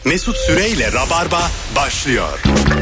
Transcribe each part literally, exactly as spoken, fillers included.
Mesut Süreyle Rabarba başlıyor.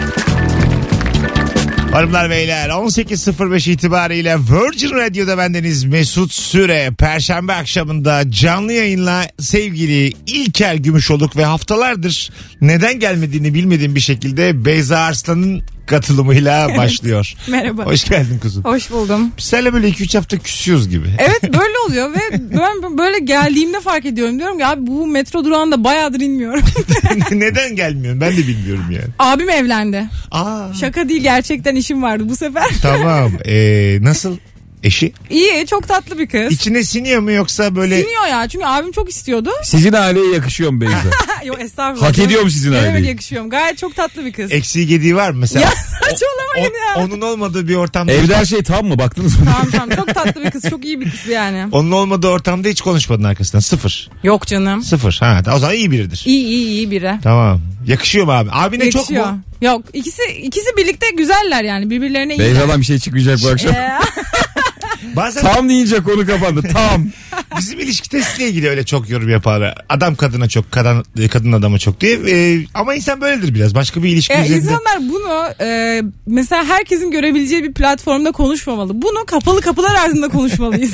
Hanımlar beyler, on sekiz sıfır beş itibariyle Virgin Radio'da bendeniz Mesut Süre. Perşembe akşamında canlı yayınla sevgili İlker Gümüşoluk ve haftalardır neden gelmediğini bilmediğim bir şekilde Beyza Arslan'ın katılımıyla evet. başlıyor. Merhaba. Hoş geldin kuzum. Hoş buldum. Biz seninle böyle iki üç hafta küsüyoruz gibi. Evet, böyle oluyor ve ben böyle geldiğimde fark ediyorum. Diyorum ki abi bu metro durağında bayağıdır inmiyorum. Neden gelmiyorsun? Ben de bilmiyorum yani. Abim evlendi. Aa. Şaka değil, gerçekten işim vardı bu sefer. Tamam. Ee, nasıl? Eşi? İyi, çok tatlı bir kız. İçine siniyor mu yoksa böyle? Siniyor ya, çünkü abim çok istiyordu. Sizin aileye yakışıyor mu Beyza? Yok estağfurullah. Hak ediyor mu sizin aileyi? Evet, yakışıyorum. Gayet çok tatlı bir kız. Eksiği gediği var mı mesela? Ya saçmalamayın o, ya. Onun olmadığı bir ortamda. Evde her şey tam mı? Baktınız mı? Tamam tamam, çok tatlı bir kız. Çok iyi bir kız yani. Onun olmadığı ortamda hiç konuşmadın arkasından. Sıfır. Yok canım. Sıfır. Ha, o zaman iyi biridir. İyi iyi iyi biri. Tamam. Yakışıyor mu abi? Abine Yakışıyor. çok mu? Yok, ikisi ikisi birlikte güzeller yani, birbirlerine iyiler. Beyza'dan bir şey çıkmayacak bu akşam. Bazen Tam deyince konu kapandı. Tam. bizim ilişki testiyle ilgili öyle çok yorum yapar. Adam kadına çok, kadın, kadın adama çok diye. Ee, ama insan böyledir biraz. Başka bir ilişki ee, üzerinde. İnsanlar bunu e, mesela herkesin görebileceği bir platformda konuşmamalı. Bunu kapalı kapılar ardında konuşmalıyız.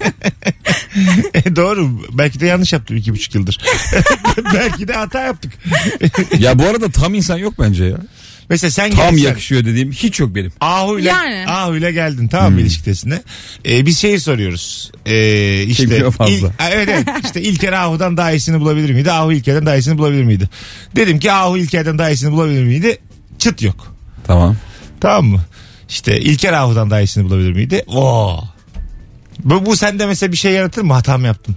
Doğru. Belki de yanlış yaptım iki buçuk yıldır. Belki de hata yaptık. Ya bu arada tam insan yok bence ya. Mesela sen tam gelsen, yakışıyor dediğim hiç yok benim. Ahu'yla yani. Ahu'yla geldin, tamam mı, hmm. ilişkisine. Ee, biz şeyi soruyoruz. Ee, işte fazla. Il, evet evet. İşte İlker Ahu'dan daha iyisini bulabilir miydi? Ahu İlker'den daha iyisini bulabilir miydi? Dedim ki Ahu İlker'den daha iyisini bulabilir miydi? Çıt yok. Tamam. Tamam mı? İşte İlker Ahu'dan daha iyisini bulabilir miydi? Oo. Bu, bu sende mesela bir şey yaratır mı? Hata mı yaptın?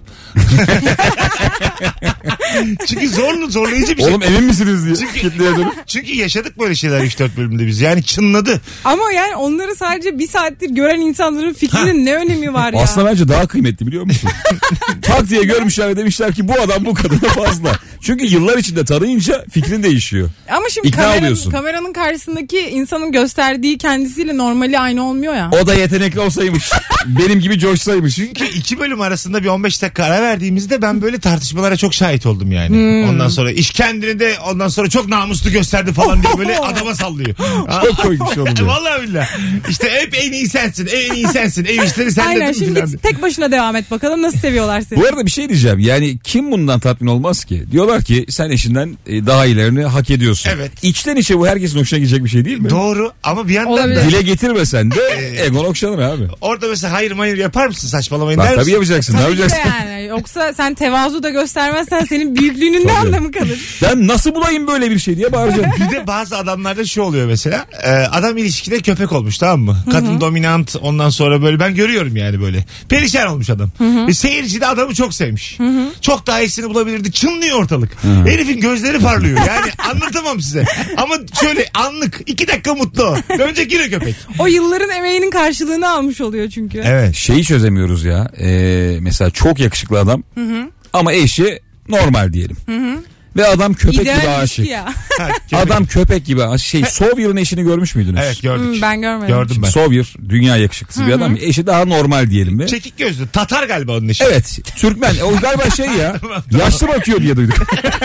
Çünkü zorlu zorlayıcı bir şey. Oğlum emin misiniz diye. Çünkü, çünkü yaşadık böyle şeyler üç dört bölümde biz. Yani çınladı. Ama yani onları sadece bir saattir gören insanların fikrinin ne önemi var ya? Aslında bence daha kıymetli, biliyor musun? Tak diye görmüşler ve demişler ki bu adam bu kadına fazla. Çünkü yıllar içinde tanıyınca fikrin değişiyor. Ama şimdi kameranın, kameranın karşısındaki insanın gösterdiği kendisiyle normali aynı olmuyor ya. O da yetenekli olsaymış. Benim gibi coşsaymış. Çünkü iki bölüm arasında bir on beş dakika ara verdiğimizde ben böyle tartışmalara çok şahit oldum yani. Hmm. Ondan sonra iş kendini de ondan sonra çok namuslu gösterdi falan diye böyle adama sallıyor. Çok koymuş oğlum ya. Vallahi billahi. İşte hep en iyi sensin, en iyi sensin. Ev işleri sende. Aynen, şimdi falan. Tek başına devam et bakalım nasıl seviyorlar seni. Bu arada bir şey diyeceğim. Yani kim bundan tatmin olmaz ki? Diyorlar ki sen eşinden daha iyilerini hak ediyorsun. Evet. İçten içe bu herkesin hoşuna gidecek bir şey değil mi? Doğru, ama bir yandan olabilir. da dile getirmesen de egon okşanır abi. Orada mesela hayır mayır yapar mısın, saçmalamayın Bak, der misin? tabii yapacaksın. Tabii ne yapacaksın? yani. Yoksa sen tevazu da göstermezsen senin büyüklüğünün ne anlamı kalır? Ben nasıl bulayım böyle bir şey diye bağıracağım. Bir de bazı adamlarda şu oluyor mesela. E, adam ilişkide köpek olmuş, tamam mı? Kadın Hı-hı. dominant, ondan sonra böyle ben görüyorum yani böyle. Perişan olmuş adam. Ve seyirci de adamı çok sevmiş. Hı-hı. Çok daha iyisini bulabilirdi. Çınlıyor ortalık. Hı-hı. Herifin gözleri parlıyor. Yani anlatamam size. Ama şöyle anlık iki dakika mutlu. Önce yine köpek. O yılların emeğinin karşılığını almış oluyor çünkü. Evet. Şeyi çözemiyoruz ya. Ee, mesela çok yakışıklı adam. Hı-hı. Ama eşi normal diyelim. Hı hı. Ve adam köpek İdeal gibi aşık. Ya. Adam köpek gibi aşık. Şey, Sawyer'ın eşini görmüş müydünüz? Evet, gördük. Hmm, ben görmedim. Gördüm ben. Sawyer dünya yakışıklısı Hı-hı. bir adam. Eşi daha normal diyelim mi? Çekik gözlü. Tatar galiba onun eşi. Evet. Türkmen. O galiba şey ya. tamam, tamam. Yaşlı bakıyor diye duyduk.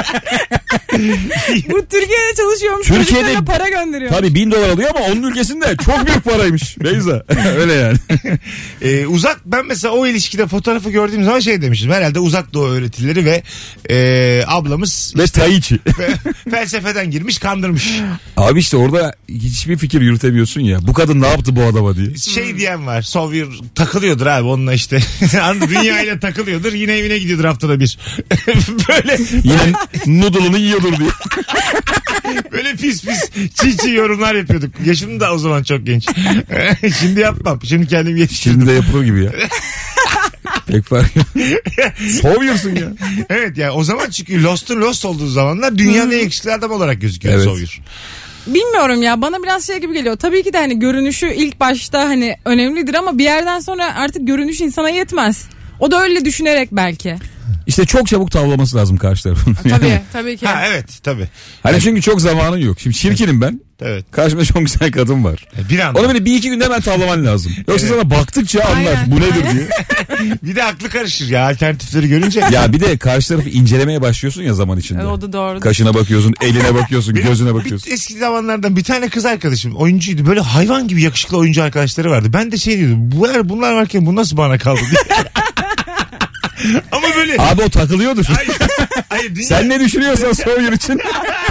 Bu Türkiye'de çalışıyormuş. Türkiye'de para gönderiyor. Tabii bin dolar alıyor ama onun ülkesinde çok büyük paraymış. Beyza. Öyle yani. ee, uzak, ben mesela o ilişkide fotoğrafı gördüğüm zaman şey demiştim. Herhalde uzak doğu öğretileri ve e, ablamız ve işte, Tai Chi. felsefeden girmiş, kandırmış. Abi işte orada hiçbir fikir yürütemiyorsun ya. Bu kadın ne yaptı bu adama diye. Şey diyen var. Sawyer takılıyordur abi onunla işte. Dünyayla takılıyordur. Yine evine gidiyordur haftada bir. Böyle. Yine noodle'ını yiyordur diye. Böyle pis pis çiğ çiğ yorumlar yapıyorduk. Yaşım da o zaman çok genç. Şimdi yapmam. Şimdi kendim yetiştirdim. Şimdi de yapılır gibi ya. Pek fark yok. Sawyer'sın ya. Evet yani o zaman çünkü Lost'un Lost olduğu zamanlar dünyanın en yakışıklı adam olarak gözüküyor evet. Sawyer. Bilmiyorum ya, bana biraz şey gibi geliyor. Tabii ki de hani görünüşü ilk başta hani önemlidir ama bir yerden sonra artık görünüş insana yetmez. O da öyle düşünerek belki. İşte çok çabuk tavlaması lazım karşı tarafın. Tabii tabii ki. Ha evet tabii. Hani çünkü çok zamanın yok. Şimdi çirkinim ben. Evet. Karşımda çok güzel kadın var. Bir anda. Onu böyle bir iki günde hemen tavlaman lazım. Yoksa Evet. sana baktıkça anlar. Aynen, Bu nedir aynen. diye. Bir de aklı karışır ya alternatifleri görünce. Ya bir de karşı tarafı incelemeye başlıyorsun ya zaman içinde. Evet, o da doğru. Kaşına bakıyorsun, eline bakıyorsun, Benim gözüne bir- bakıyorsun. eski zamanlardan bir tane kız arkadaşım oyuncuydu. Böyle hayvan gibi yakışıklı oyuncu arkadaşları vardı. Ben de şey diyordum. Bunlar, bunlar varken bu nasıl bana kaldı diye. Ama böyle... Abi o takılıyordur. Hayır, hayır, dünya, Sen ne düşünüyorsan Sawyer için.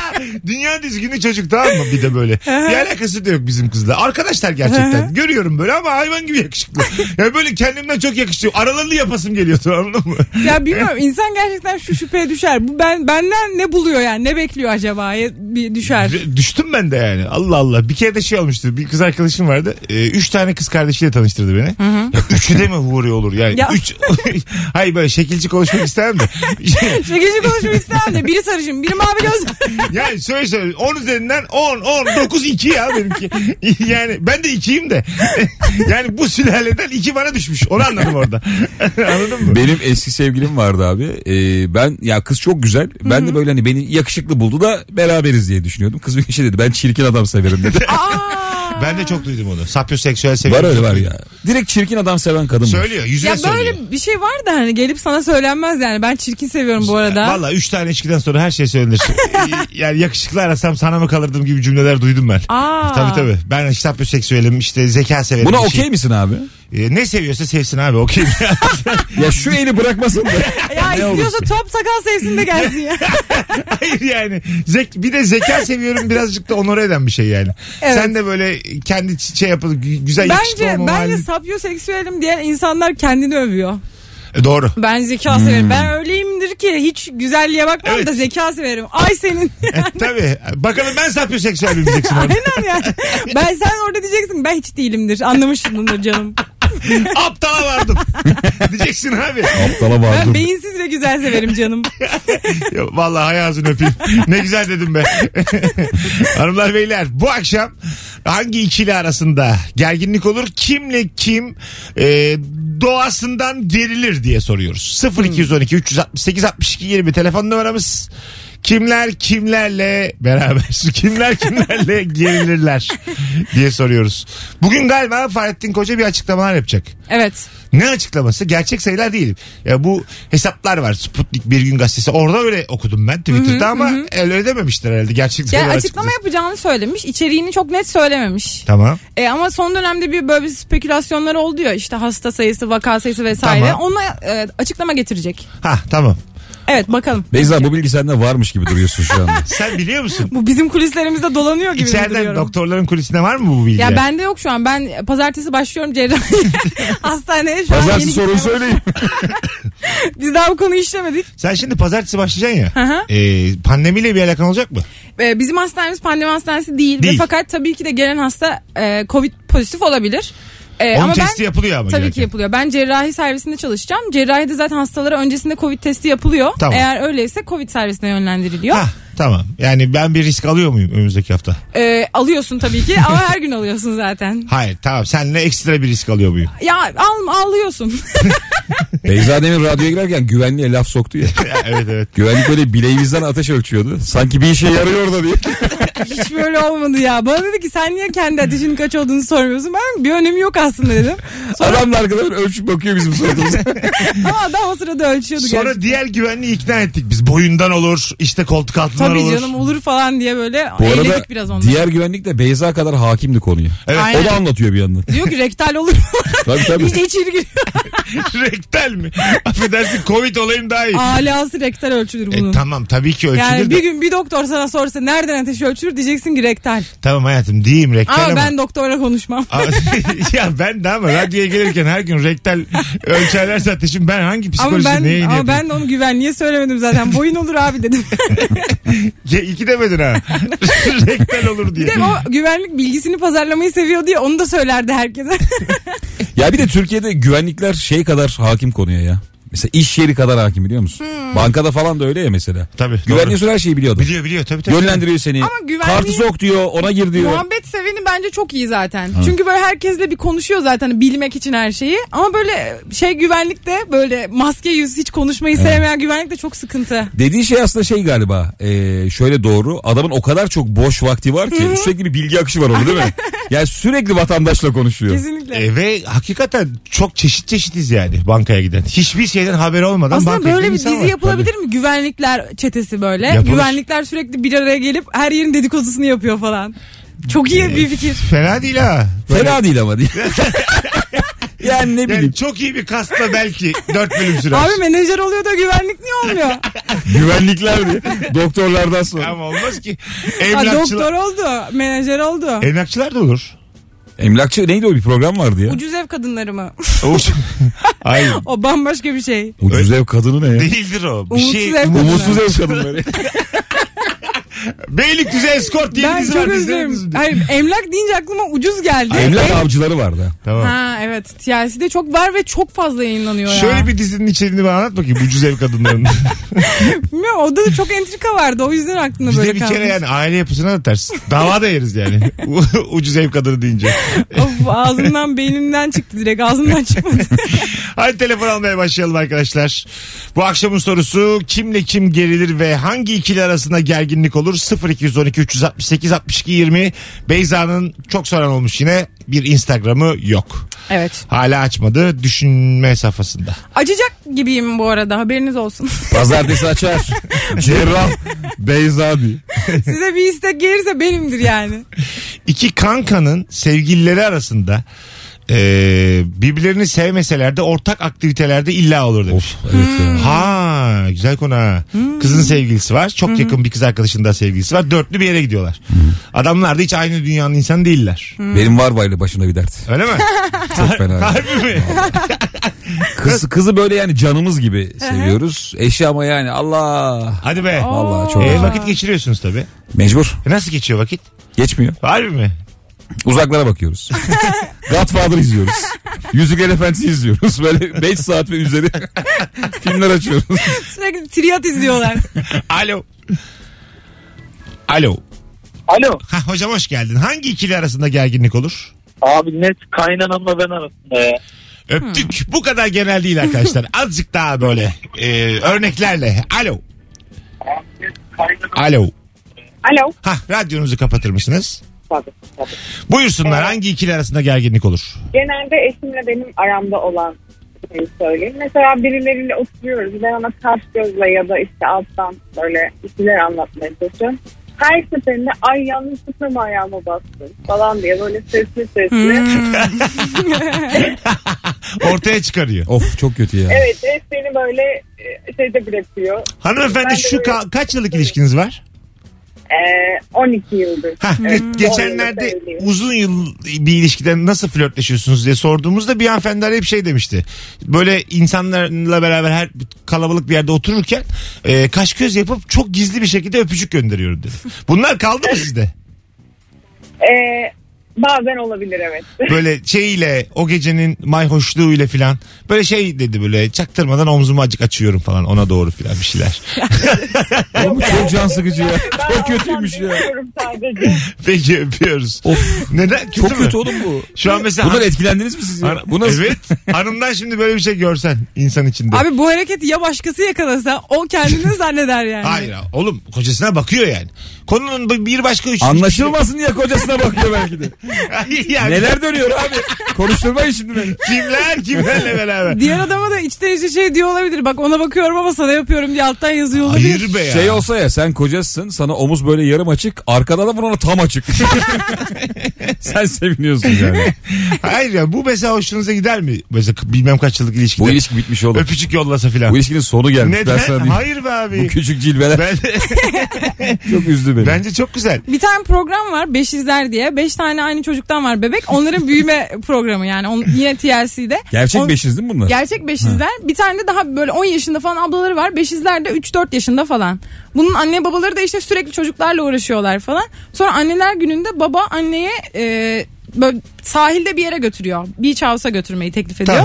dünya dizgini çocuk tamam mı bir de böyle. Bir alakası da yok bizim kızla. Arkadaşlar gerçekten. Görüyorum böyle ama hayvan gibi yakışıklı. Yani böyle kendimden çok yakışıyor. Aralarını yapasım geliyordu anladın mı? Ya bilmiyorum insan gerçekten şu şüpheye düşer. Bu ben benden ne buluyor yani ne bekliyor acaba bir düşer. D- Düştüm ben de yani. Allah Allah. Bir kere de şey olmuştu. Bir kız arkadaşım vardı. Ee, üç tane kız kardeşiyle tanıştırdı beni. Ya üçü de mi huri olur yani? Ya. Üç... Hayır böyle şekilci konuşmak istemem de. Şekilci konuşmak istemem de biri sarışın biri mavi göz. Yani söyle söyle. on üzerinden on, on, dokuz, iki ya benimki. Yani ben de ikiyim de. Yani bu sülaleden iki bana düşmüş. Onu anladım orada. Anladın mı? Benim eski sevgilim vardı abi. Ee, ben ya kız çok güzel. Ben de böyle hani beni yakışıklı buldu da beraberiz diye düşünüyordum. Kız bir şey dedi. Ben çirkin adam severim dedi. Aa. Ben de çok duydum onu. Sapyoseksüel Var seviyorum. öyle var ya. Direkt çirkin adam seven kadın var. Söylüyor. Yüzüne Ya söylüyor. böyle bir şey var da hani gelip sana söylenmez yani. Ben çirkin seviyorum bu arada. Valla üç tane içkiden sonra her şey söylenir. Yani yakışıklı arasam sana mı kalırdım gibi cümleler duydum ben. Aa. Tabii tabii. Ben sapyoseksüelim işte zeka severim. Buna bir şey. okey misin abi? Ee, ne seviyorsa sevsin abi okey. Ya şu eli bırakmasın da. Ya Ne istiyorsa olursun. top sakal sevsin de gelsin ya. Hayır yani. Zek, bir de zeka seviyorum birazcık da onore eden bir şey yani. Evet. Sen de böyle kendi şey yapıp güzel yakışıklı Bence olma bence halin- sapyoseksüelim diyen insanlar kendini övüyor. E, doğru. Ben zeka severim. Ben öyleyimdir ki hiç güzelliğe bakmam Evet. da zeka severim. Ay senin. Tabii. Bakalım ben sapyoseksüel miyim diyeceksin orada. Aynen yani. Ben sen orada diyeceksin ben hiç değilimdir. Anlamışsındır canım. Aptala vardım. Diyeceksin abi. Aptala Ben vardım. beyinsiz ve güzel severim canım. Ya, vallahi hay ağzını öpeyim. Ne güzel dedim be. Hanımlar beyler bu akşam hangi ikili arasında gerginlik olur? Kimle kim e, doğasından gerilir diye soruyoruz. sıfır iki on iki üç altı sekiz altmış iki yirmi telefon numaramız. Kimler kimlerle beraber kimler kimlerle gerilirler diye soruyoruz. Bugün galiba Fahrettin Koca bir açıklamalar yapacak. Evet. Ne açıklaması? Gerçek sayılar değil. Ya bu hesaplar var. Sputnik Bir Gün Gazetesi. Orada öyle okudum ben Twitter'da ama öyle dememişler herhalde. Gerçek sayılar Yani açıklama açıklayacak. yapacağını söylemiş. İçeriğini çok net söylememiş. Tamam. E, ama son dönemde bir böyle bir spekülasyonlar oldu ya işte hasta sayısı, vaka sayısı vesaire. Tamam. Ona e, açıklama getirecek. Ha tamam. Evet bakalım. Beyza bu bilgi sende varmış gibi duruyorsun şu anda. Sen biliyor musun? Bu bizim kulislerimizde dolanıyor gibi İçeriden duruyorum. doktorların kulisinde var mı bu bilgi? Ya bende yok şu an. Ben pazartesi başlıyorum cerrahi hastaneye şu an Pazartesi yeni sorun gitmem. söyleyin. Biz daha bu konuyu işlemedik. Sen şimdi pazartesi başlayacaksın ya. Hı hı. E, pandemiyle bir alakan olacak mı? Ee, bizim hastanemiz pandemi hastanesi değil. Değil. Ve fakat tabii ki de gelen hasta e, Covid pozitif olabilir. Ee, Onun ama testi ben, yapılıyor ama. tabii gereken. ki yapılıyor. Ben cerrahi servisinde çalışacağım. Cerrahide zaten hastalara öncesinde Covid testi yapılıyor. Tamam. Eğer öyleyse Covid servisine yönlendiriliyor. Ha tamam. Yani ben bir risk alıyor muyum önümüzdeki hafta? Ee, alıyorsun tabii ki ama her gün alıyorsun zaten. Hayır tamam. Seninle ekstra bir risk alıyor muyum? Ya al, alıyorsun. Beyza demin radyoya girerken güvenliğe laf soktu ya. evet evet. Güvenlik böyle bileğimizden ateş ölçüyordu. Sanki bir işe yarıyor da diye. Hiç böyle olmadı ya. Bana dedi ki sen niye kendi ateşinin kaç olduğunu sormuyorsun? Ben bir önemi yok aslında dedim. Sonra, Adam da arkadan ölçüp bakıyor bizim suratımıza. ama adam o sırada ölçüyordu Sonra gerçekten. diğer güvenliği ikna ettik biz. Boyundan olur, işte koltuk altından Tabii olur. canım olur falan diye böyle Bu arada eğledik biraz ondan. diğer güvenlik de Beyza kadar hakimdi konuya. Evet. Aynen. O da anlatıyor bir yandan. Diyor ki rektal olur. Tabii tabii. İyice içeri giriyor. Rektal mi? Affedersin Covid olayım daha iyi. Alası rektal ölçülür bunun. E, tamam tabii ki ölçülür Yani de. bir gün bir doktor sana sorsa nereden ateş ölçülür diyeceksin ki rektal. Tamam hayatım diyeyim rektal ama. Ama ben doktorla konuşmam. ya ben de ama radyoya gelirken her gün rektal ölçerlerse ateşim ben hangi Ama psikolojide ben neye ama yapayım? ben de onu güvenliğe söylemedim zaten. Boyun olur abi dedim. Ya, iki demedin ha. rektal olur diye. Bir de o güvenlik bilgisini pazarlamayı seviyor diye onu da söylerdi herkese. Ya bir de Türkiye'de güvenlikler şey kadar hakim konuya ya. Mesela iş yeri kadar hakim, biliyor musun? Hmm. Bankada falan da öyle ya mesela. Tabii. Güvenliği süre her şeyi biliyor adam. Biliyor biliyor tabii tabii. Yönlendiriyor seni. Ama güvenliği... Kartı sok diyor, ona gir diyor. Muhabbet seveni bence çok iyi zaten. Ha. Çünkü böyle herkesle bir konuşuyor zaten bilmek için her şeyi. Ama böyle şey güvenlikte böyle maske yüz hiç konuşmayı evet. sevmeyen güvenlik de çok sıkıntı. Dediğin şey aslında şey galiba. E, şöyle doğru. Adamın o kadar çok boş vakti var ki sürekli bir bilgi akışı var orada, değil mi? Yani sürekli vatandaşla konuşuyor. Kesinlikle. E, ve hakikaten çok çeşit çeşitiz yani bankaya giden. Hiçbir şeyden haberi olmadan aslında bankaya böyle bir dizi var. yapılabilir Tabii. mi? Güvenlikler çetesi böyle. Yapılır. Güvenlikler sürekli bir araya gelip her yerin dedikodusunu yapıyor falan. Çok iyi bir fikir. Fena değil ha. Böyle... Fena değil ama değil. Yani ne bileyim. Yani çok iyi bir kasta belki dört bölüm sürer. Abi menajer oluyor da güvenlik niye olmuyor? Güvenlikler diye. Doktorlardan sonra. Ama olmaz ki. Emlakçılar... Ha, doktor oldu. Menajer oldu. Emlakçılar da olur. Emlakçı neydi, o bir program vardı ya. Ucuz ev kadınları mı? Hayır. O bambaşka bir şey. Ucuz ev kadını ne ya? Değildir o. Bir umutsuz şey... ev umutsuz ev kadınları. Beylikdüzü Escort diye bir dizi var. Ben çok üzüldüm. Hayır, emlak deyince aklıma ucuz geldi. Emlak avcıları vardı. Tamam. Ha evet. T L C'de çok var ve çok fazla yayınlanıyor ya. Şöyle bir dizinin içeriğini bana anlat bakayım. Ucuz ev kadınlarının. Bilmiyorum, orada da çok entrika vardı. O yüzden aklımda Bizde böyle bir kalmış. kere yani aile yapısına da ters. Dava da yeriz yani. Ucuz ev kadını deyince. Of, ağzımdan beynimden çıktı direkt. Ağzımdan çıkmadı. Hadi telefon almaya başlayalım arkadaşlar. Bu akşamın sorusu kimle kim gerilir ve hangi ikili arasında gerginlik olur? sıfır iki on iki üç altı sekiz altmış iki yirmi. Beyza'nın çok soran olmuş yine, bir Instagram'ı yok. Evet. Hala açmadı, düşünme safhasında. Acıyacak gibiyim bu arada, haberiniz olsun. Pazartesi açar. Cerrah Beyza diye. Size bir istek gelirse benimdir yani. İki kankanın sevgilileri arasında Ee, birbirlerini sevmeseler de ortak aktivitelerde illa olur demiş. Of, evet hmm. ya. Ha, güzel konu ha. Hmm. Kızın sevgilisi var. Çok hmm. yakın bir kız arkadaşının da sevgilisi var. Dörtlü bir yere gidiyorlar. Hmm. Adamlar da hiç aynı dünyanın insanı değiller. Hmm. Benim var bayla başına bir dert. Öyle mi? Çok fena. Harbi mi? Kız, kızı böyle yani canımız gibi seviyoruz. Eşi ama yani Allah. Hadi be. Vallahi çok. E, vakit geçiriyorsunuz tabii. Mecbur. E, nasıl geçiyor vakit? Geçmiyor. Harbi mi? Uzaklara bakıyoruz. Godfather izliyoruz. Yüzükler Efendisi izliyoruz. Böyle beş saat ve üzeri filmler açıyoruz. Sürekli triyat izliyorlar. Alo. Alo. Alo. Ha, hocam hoş geldin. Hangi ikili arasında gerginlik olur? Abi net kaynanamla ben arasında ya. Öptük. Hmm. Bu kadar genel değil arkadaşlar. Azıcık daha böyle e, örneklerle. Alo. Alo. Alo. Ha, radyonuzu kapatır mısınız? Tabii, tabii. Buyursunlar. Evet. Hangi ikili arasında gerginlik olur? Genelde eşimle benim aramda olan şeyi söyleyeyim. Mesela birileriyle oturuyoruz. Ben ona kaş gözle ya da işte alttan böyle işler anlatmaya çalışıyorum. Her seferinde ay yanlışlıkla mı ayağıma bastın falan diye böyle sesli sesli. Hmm. Ortaya çıkarıyor. Of, çok kötü ya. Evet, evet, beni böyle şeyde bırakıyor. Hanımefendi şu böyle... ka- kaç yıllık ilişkiniz var? Ee, on iki yıldır. Hah, hmm. Geçenlerde uzun yıl bir ilişkiden nasıl flörtleşiyorsunuz diye sorduğumuzda bir hanımefendi hep şey demişti. Böyle insanlarla beraber her kalabalık bir yerde otururken e, kaş göz yapıp çok gizli bir şekilde öpücük gönderiyorum dedi. Bunlar kaldı mı sizde? Eee Bazen olabilir, evet. Böyle şeyle, o gecenin mayhoşluğuyla filan. Böyle şey dedi, böyle çaktırmadan omzumu acık açıyorum falan ona doğru filan bir şeyler. Bu çok can sıkıcı ya. Çok kötüymüş ya. Peki, öpüyoruz. Of. Neden? Kötü çok mü? kötü oğlum bu. Şu an mesela... Bundan etkilendiniz mi siz ya? Han- bu nasıl? Evet. Hanımdan şimdi böyle bir şey görsen insan içinde. Abi bu hareketi ya başkası yakalasa o kendini zanneder yani. Hayır oğlum, kocasına bakıyor yani. Konunun bir başka üçüncü... Anlaşılmasın diye kocasına bakıyor belki de. Yani... Neler dönüyor abi? Konuşturmayın şimdi beni. Kimler kimlerle beraber. Diğer adama da içten içe şey diyor olabilir. Bak ona bakıyorum ama sana yapıyorum diye alttan yazıyor olabilir. Hayır be ya. Şey olsa ya, sen kocasın, sana omuz böyle yarım açık, arkada da ona tam açık. Sen seviniyorsun yani. Hayır ya, bu mesela hoşunuza gider mi? Mesela bilmem kaç yıllık ilişkide. Bu ilişki bitmiş oğlum. Öpücük yollasa filan. Bu ilişkinin sonu gelmiş. Neden? Hayır be abi. Bu küçük cilveler. Ben... Çok üzdü beni. Bence çok güzel. Bir tane program var, Beşizler diye. Beş tane aynı çocuktan var bebek. Onların büyüme programı yani. On, yine T L C'de. Gerçek On, beşiz değil mi bunlar? Gerçek beşizler. Ha. Bir tane de daha böyle on yaşında falan ablaları var. Beşizler de üç dört yaşında falan. Bunun anne babaları da işte sürekli çocuklarla uğraşıyorlar falan. Sonra anneler gününde baba anneye e, böyle sahilde bir yere götürüyor. Beach House'a götürmeyi teklif ediyor. Tamam.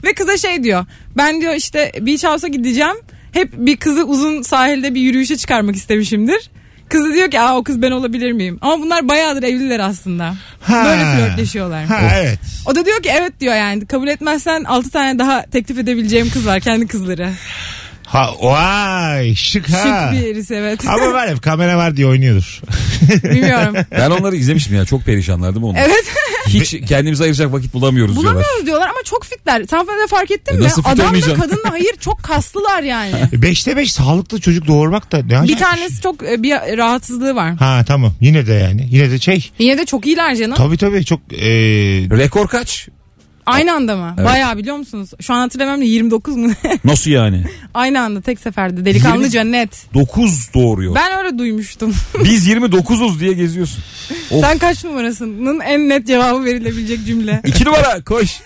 Ve kıza şey diyor. Ben diyor işte beach house'a gideceğim. Hep bir kızı uzun sahilde bir yürüyüşe çıkarmak istemişimdir. Kızı diyor ki aa o kız ben olabilir miyim? Ama bunlar bayağıdır evliler aslında. Ha. Böyle flörtleşiyorlar. Ha, evet. O da diyor ki evet diyor yani kabul etmezsen altı tane daha teklif edebileceğim kız var kendi kızları. Ha, vay şık ha. Şık bir herisi evet. Ama var ya kamera var diye oynuyordur. Bilmiyorum. Ben onları izlemiştim ya, çok perişanlardı mı onlar? Evet. Hiç kendimize ayıracak vakit bulamıyoruz, diyorlar. Bulamıyoruz diyorlar ama çok fitler. Sen de fark ettin E mi? nasıl fit Adam da olmayacaksın? kadın da hayır çok kaslılar yani. Beşte beş sağlıklı çocuk doğurmak da ne Bir acayip tanesi çok e, bir rahatsızlığı var. Ha tamam yine de yani yine de şey. Yine de çok iyiler canım. Tabii tabii çok. E... Rekor kaç? Aynı anda mı? Evet. Bayağı biliyor musunuz? Şu an hatırlamam da yirmi dokuz mu? Nasıl yani? Aynı anda tek seferde delikanlıca net. dokuz doğuruyor. Ben öyle duymuştum. Biz yirmi dokuzuz diye geziyorsun. Of. Sen kaç numarasının en net cevabı verilebilecek cümle. İki numara koş.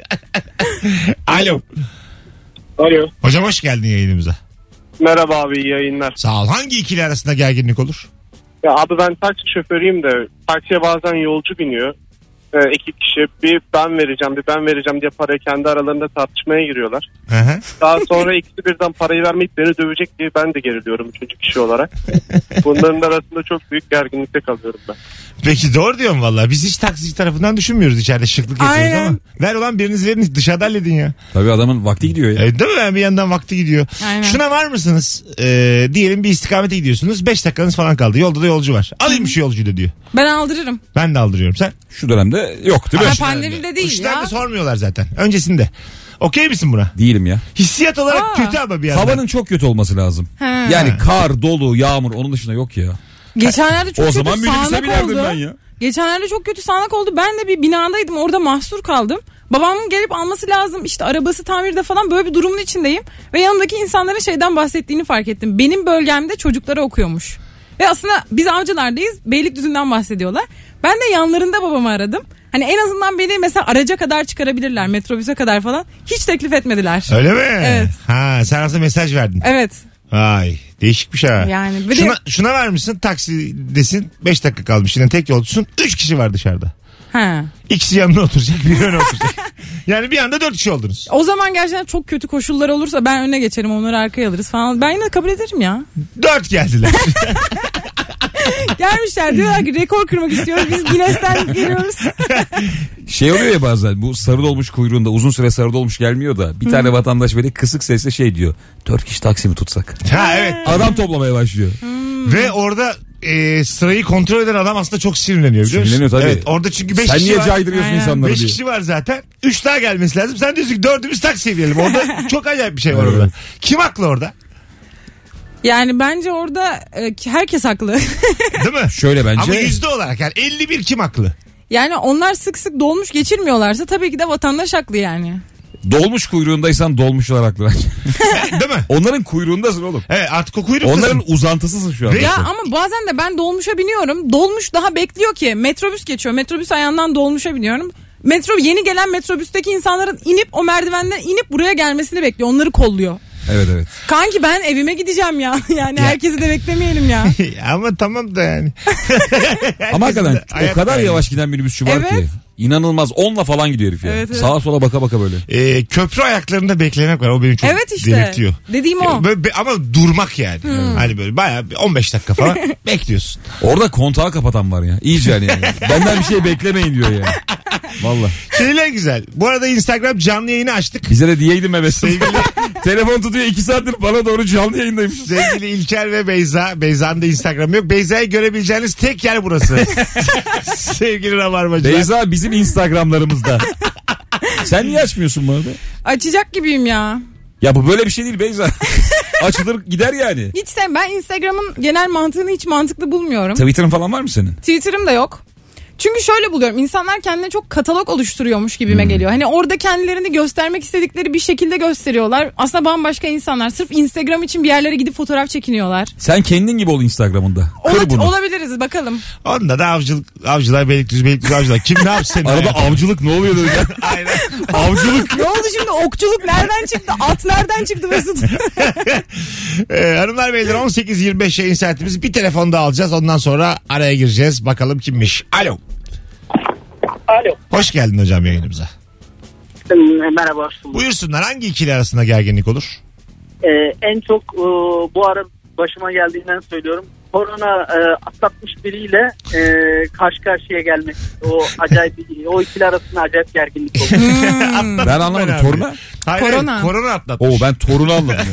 Alo. Alo. Hocam hoş geldin yayınımıza. Merhaba abi, iyi yayınlar. Sağ ol. Hangi ikili arasında gerginlik olur? Ya abi ben taksi şoförüyüm de taksiye bazen yolcu biniyor. Ee, iki kişi bir ben vereceğim bir ben vereceğim diye parayı kendi aralarında tartışmaya giriyorlar. Hı hı. Daha sonra ikisi birden parayı vermeyip beni dövecek diye ben de geriliyorum üçüncü kişi olarak. Bunların arasında çok büyük gerginlikte kalıyorum ben. Peki doğru diyorum valla. Biz hiç taksici tarafından düşünmüyoruz, içeride şıklık yapıyoruz Aynen. ama. Ver ulan biriniz verin, dışarıda halledin ya. Tabii adamın vakti gidiyor ya. E, değil mi? Yani bir yandan vakti gidiyor. Aynen. Şuna var mısınız? Ee, diyelim bir istikamete gidiyorsunuz. beş dakikanız falan kaldı. Yolda da yolcu var. Alayım şu yolcuyu da diyor. Ben aldırırım. Ben de aldırıyorum. Sen? Şu dönemde yok değil mi? Ama pandemide değil Kuşlar ya. da sormuyorlar zaten. Öncesinde. Okey misin buna? Değilim ya. Hissiyat olarak Aa. kötü ama bir yandan. Havanın çok kötü olması lazım. He. Yani kar, dolu, yağmur, onun dışında yok ya. Geçenlerde çok O kötü zaman minibüse sağanak binerdim oldu. ben ya. Geçenlerde çok kötü sağanak oldu. Ben de bir binadaydım. Orada mahsur kaldım. Babamın gelip alması lazım. İşte arabası tamirde falan, böyle bir durumun içindeyim. Ve yanımdaki insanların şeyden bahsettiğini fark ettim. Benim bölgemde çocuklara okuyormuş. Ve aslında biz Avcılar'dayız. Beylikdüzü'nden bahsediyorlar. Ben de yanlarında babamı aradım. Hani en azından beni mesela araca kadar çıkarabilirler. Metrobüse kadar falan. Hiç teklif etmediler. Öyle mi? Evet. Ha, sen aslında mesaj verdin. Evet. Vay, değişikmiş ha. Yani bir de- şuna, şuna vermişsin, taksidesin, beş dakika kalmış, yine tek yolcusun, üç kişi var dışarıda. Ha. İkisi yanına oturacak, biri öne oturacak. Yani bir anda dört kişi oldunuz. O zaman gerçekten çok kötü koşullar olursa ben öne geçerim, onları arkaya alırız falan. Ben yine kabul ederim ya. Dört geldiler. Gelmişler diyorlar ki rekor kırmak istiyoruz, biz Guinness'ten geliyoruz. Şey oluyor ya bazen, bu sarı dolmuş kuyruğunda uzun süre sarı dolmuş gelmiyor da bir tane vatandaş böyle kısık sesle şey diyor. Dört kişi taksi mi tutsak? Ha evet. Adam toplamaya başlıyor. Ve orada e, sırayı kontrol eden adam aslında çok sinirleniyor, biliyor musun? Sinirleniyor tabii. Evet, orada çünkü beş Sen kişi niye var. caydırıyorsun Aynen. insanları Beş diye. kişi var zaten. Üç daha gelmesi lazım. Sen diyorsun ki dördümüz taksiye binelim. Orada çok acayip bir şey var Evet. orada. Kim haklı orada? Yani bence orada e, herkes haklı. Değil mi? Şöyle bence. Ama yüzde olarak yani elli bir kim haklı? Yani onlar sık sık dolmuş geçirmiyorlarsa tabii ki de vatandaş haklı yani. Dolmuş kuyruğundaysan dolmuşlar haklı bence. Değil mi? Onların kuyruğundasın oğlum. Evet, artık o kuyruk Onların uzantısısın şu anda. Ve- Ya ama bazen de ben dolmuşa biniyorum. Dolmuş daha bekliyor ki metrobüs geçiyor. Metrobüs ayağından dolmuşa biniyorum. Metro yeni gelen metrobüsteki insanların inip o merdivenden inip buraya gelmesini bekliyor. Onları kolluyor. Evet evet. Kanki ben evime gideceğim ya. Yani Ya. herkesi de beklemeyelim ya. Ama tamam da yani. Ama hakikaten de hayat o kadar yani. yavaş giden minibüsçü var Evet. ki. İnanılmaz. Onla falan gidiyor herif ya. Evet, evet. Sağa sola baka baka böyle. Ee, köprü ayaklarında beklemek var. O beni çok Evet işte. delirtiyor. Dediğim o. Böyle be- ama durmak yani. Hani böyle bayağı bir on beş dakika falan bekliyorsun. Orada kontağı kapatan var ya. İyice hani yani. Benden bir şey beklemeyin diyor ya. Valla. Şeyler güzel. Bu arada Instagram canlı yayını açtık. Bize de diyeydim evet. Sevgili, Telefon tutuyor iki saattir bana doğru canlı yayındaymış. sevgili İlker ve Beyza. Beyza'nın da Instagram yok. Beyza'yı görebileceğiniz tek yer burası. Sevgili Rabarbacılar. Beyza bizim Instagramlarımızda. Sen niye açmıyorsun bu arada? Açacak gibiyim ya. Ya bu böyle bir şey değil Beyza. Açılır gider yani. Hiç sen ben Instagram'ın genel mantığını hiç mantıklı bulmuyorum. Twitter'ın falan var mı senin? Twitter'ım da yok. Çünkü şöyle buluyorum, insanlar kendine çok katalog oluşturuyormuş Hmm. gibime geliyor. Hani orada kendilerini göstermek istedikleri bir şekilde gösteriyorlar. Aslında bambaşka insanlar. Sırf Instagram için bir yerlere gidip fotoğraf çekiniyorlar. Sen kendin gibi ol Instagram'ında. Kır Ola- bunu. olabiliriz bakalım. Onda da avcılık, avcılar, Beylikdüzü, Beylikdüzü avcılar. Kim ne yapsın senin Arada hayatında? avcılık ne oluyor böyle? Aynen. Avcılık. Ne oldu şimdi, okçuluk nereden çıktı? At nereden çıktı Mesut? Ee, hanımlar beyler on sekiz yirmi beş yayın saatimiz. Bir telefon daha alacağız. Ondan sonra araya gireceğiz. Bakalım kimmiş. Alo. Alo. Hoş geldin hocam yayınımıza. Merhaba. Buyursunlar, hangi ikili arasında gerginlik olur? Ee, en çok e, bu ara başıma geldiğinden söylüyorum. Korona e, atlatmış biriyle e, karşı karşıya gelmek. O acayip, o ikili arasında acayip gerginlik oldu. Hmm. Ben anlamadım, toruna. Hayır, Korona. hayır, korona atlatmış. Oo, ben torunu anladım.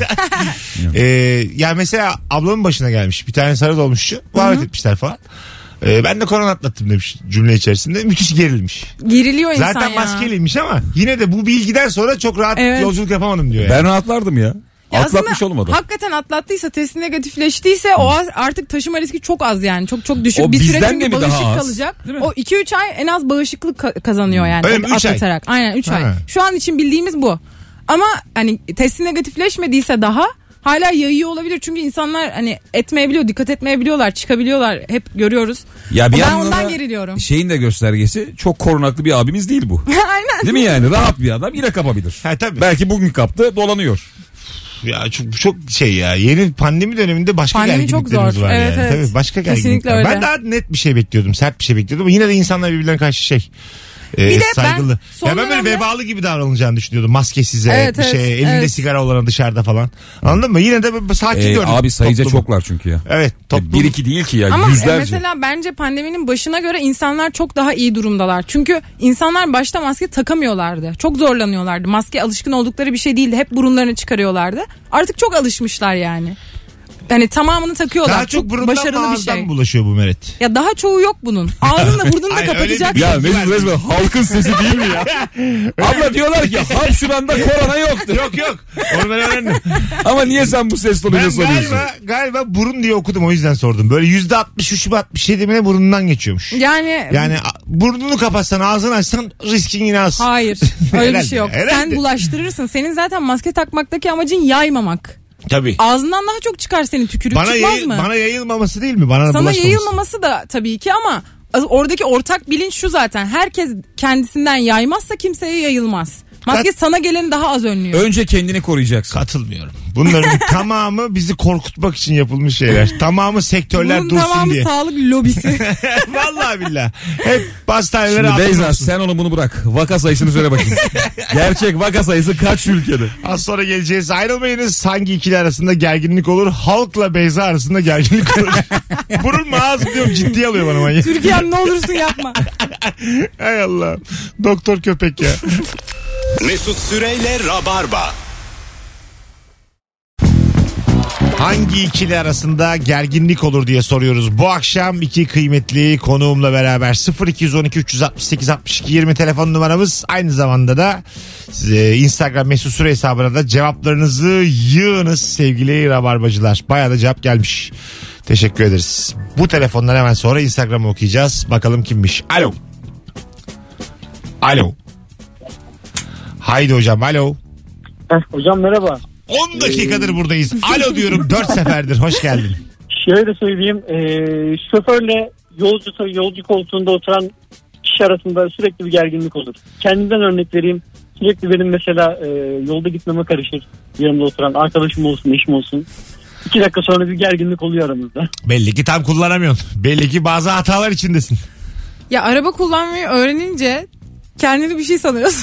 Ee, ya mesela ablamın başına gelmiş. Bir tane sarı dolmuşçu. Davet etmişler falan. Ee, ben de korona atlattım demiş cümle içerisinde. Müthiş gerilmiş. Geriliyor insan Zaten ya. maskeliymiş ama yine de bu bilgiden sonra çok rahat Evet. yolculuk yapamadım diyor yani. Ben rahatlardım ya. Ya Atlatmış aslında olmadı. hakikaten atlattıysa, testi negatifleştiyse o az- artık taşıma riski çok az yani. Çok çok düşük O bir süre bizden çünkü de mi bağışık daha az? kalacak. Değil mi? O iki üç ay en az bağışıklık ka- kazanıyor yani. Öyle mi? Üç ay? Atlatarak. Aynen üç Ha. ay. Şu an için bildiğimiz bu. Ama hani testi negatifleşmediyse daha hala yayıyor olabilir. Çünkü insanlar hani etmeyebiliyor, dikkat etmeyebiliyorlar, çıkabiliyorlar. Hep görüyoruz. Ya bir ben yandan ondan da geriliyorum. Şeyin de göstergesi, çok korunaklı bir abimiz değil bu. Aynen. Değil mi yani? Rahat bir adam, yine kapabilir. Ha, tabii. Belki bugün kaptı, dolanıyor. Ya çok, çok şey ya, yeni pandemi döneminde başka Pandemi çok gerginliklerimiz zor. var Evet, yani. evet. Tabii başka Kesinlikle gerginlikler. öyle. Ben daha net bir şey bekliyordum, sert bir şey bekliyordum ama yine de insanlar birbirlerine karşı şey e, Bir de ben saygılı. son Ya ben böyle dönemde- vebalı gibi davranılacağını düşünüyordum. Maskesize Evet, bir evet, şey, elinde evet. sigara olan dışarıda falan. Anladın mı? Yine de böyle sakin Ee, gördüm. abi sayıca toplumu. çoklar çünkü ya. Evet, toplum. Bir iki değil ki ya, Ama yüzlerce. mesela bence pandeminin başına göre insanlar çok daha iyi durumdalar. Çünkü insanlar başta maske takamıyorlardı. Çok zorlanıyorlardı. Maske alışkın oldukları bir şey değildi. Hep burunlarını çıkarıyorlardı. Artık çok alışmışlar yani. Hani tamamını takıyorlar. Daha çok burundan mı başarılı bir ağızdan şey. mı bulaşıyor bu Meret? Ya daha çoğu yok bunun. Ağzınla burnunu da Hayır, öyle kapatacak. değil. Ya Mesut resmen halkın sesi değil mi ya? Abla diyorlar ki hapşuranda korona yoktu. Yok yok. Onu ben öğrendim. Ama niye sen bu ses tonuyla Ben soruyorsun? galiba, galiba burun diye okudum, o yüzden sordum. Böyle yüzde altmış üç altmış yedi mi burnundan geçiyormuş. Yani, Yani a- burnunu kapatsan, ağzını açsan riskin yine az. hayır. Öyle bir Herhalde, şey yok. herhalde. Sen bulaştırırsın. Senin zaten maske takmaktaki amacın yaymamak. Tabii. Ağzından daha çok çıkar senin tükürük, Bana, çıkmaz yayı- mı? bana yayılmaması değil mi? Bana Sana bulaşmaması. yayılmaması da tabii ki ama oradaki ortak bilinç şu zaten. Herkes kendisinden yaymazsa kimseye yayılmaz. Maske Kat- sana geleni daha az önlüyor. Önce kendini koruyacaksın. Katılmıyorum. Bunların tamamı bizi korkutmak için yapılmış şeyler. Tamamı sektörler Bunun dursun tamamı diye. sağlık lobisi. Vallahi billahi. Hep hastanelere Şimdi atılır Beyza olsun. sen onu bunu bırak. Vaka sayısını söyle bakayım. Gerçek vaka sayısı kaç ülkede? Az sonra geleceğiz. Ayrılmayınız. Hangi ikili arasında gerginlik olur? Halkla Beyza arasında gerginlik olur. Burun mu ağız mı diyorum, ciddiye alıyor bana manyak. Türkiye'm ne olursun yapma. Hay Allah. Doktor köpek ya. Mesut Süreyle Rabarba. Hangi ikili arasında gerginlik olur diye soruyoruz. Bu akşam iki kıymetli konuğumla beraber sıfır iki on iki üç altı sekiz altmış iki yirmi telefon numaramız. Aynı zamanda da e, Instagram Mesut Süre hesabına da cevaplarınızı yığınız sevgili rabarbacılar. Bayağı da cevap gelmiş. Teşekkür ederiz. Bu telefondan hemen sonra Instagram'ı okuyacağız. Bakalım kimmiş. Alo. Alo. Haydi hocam, alo. Heh, hocam merhaba. on dakikadır buradayız. Alo diyorum dört seferdir. Hoş geldin. Şöyle söyleyeyim. E, şoförle yolcu, yolcu koltuğunda oturan kişi arasında sürekli bir gerginlik olur. Kendimden örnek vereyim. Sürekli benim mesela e, yolda gitmeme karışır. Yanımda oturan arkadaşım olsun, eşim olsun. İki dakika sonra bir gerginlik oluyor aramızda. Belli ki tam kullanamıyorsun. Belli ki bazı hatalar içindesin. Ya araba kullanmayı öğrenince kendini bir şey sanıyorsun.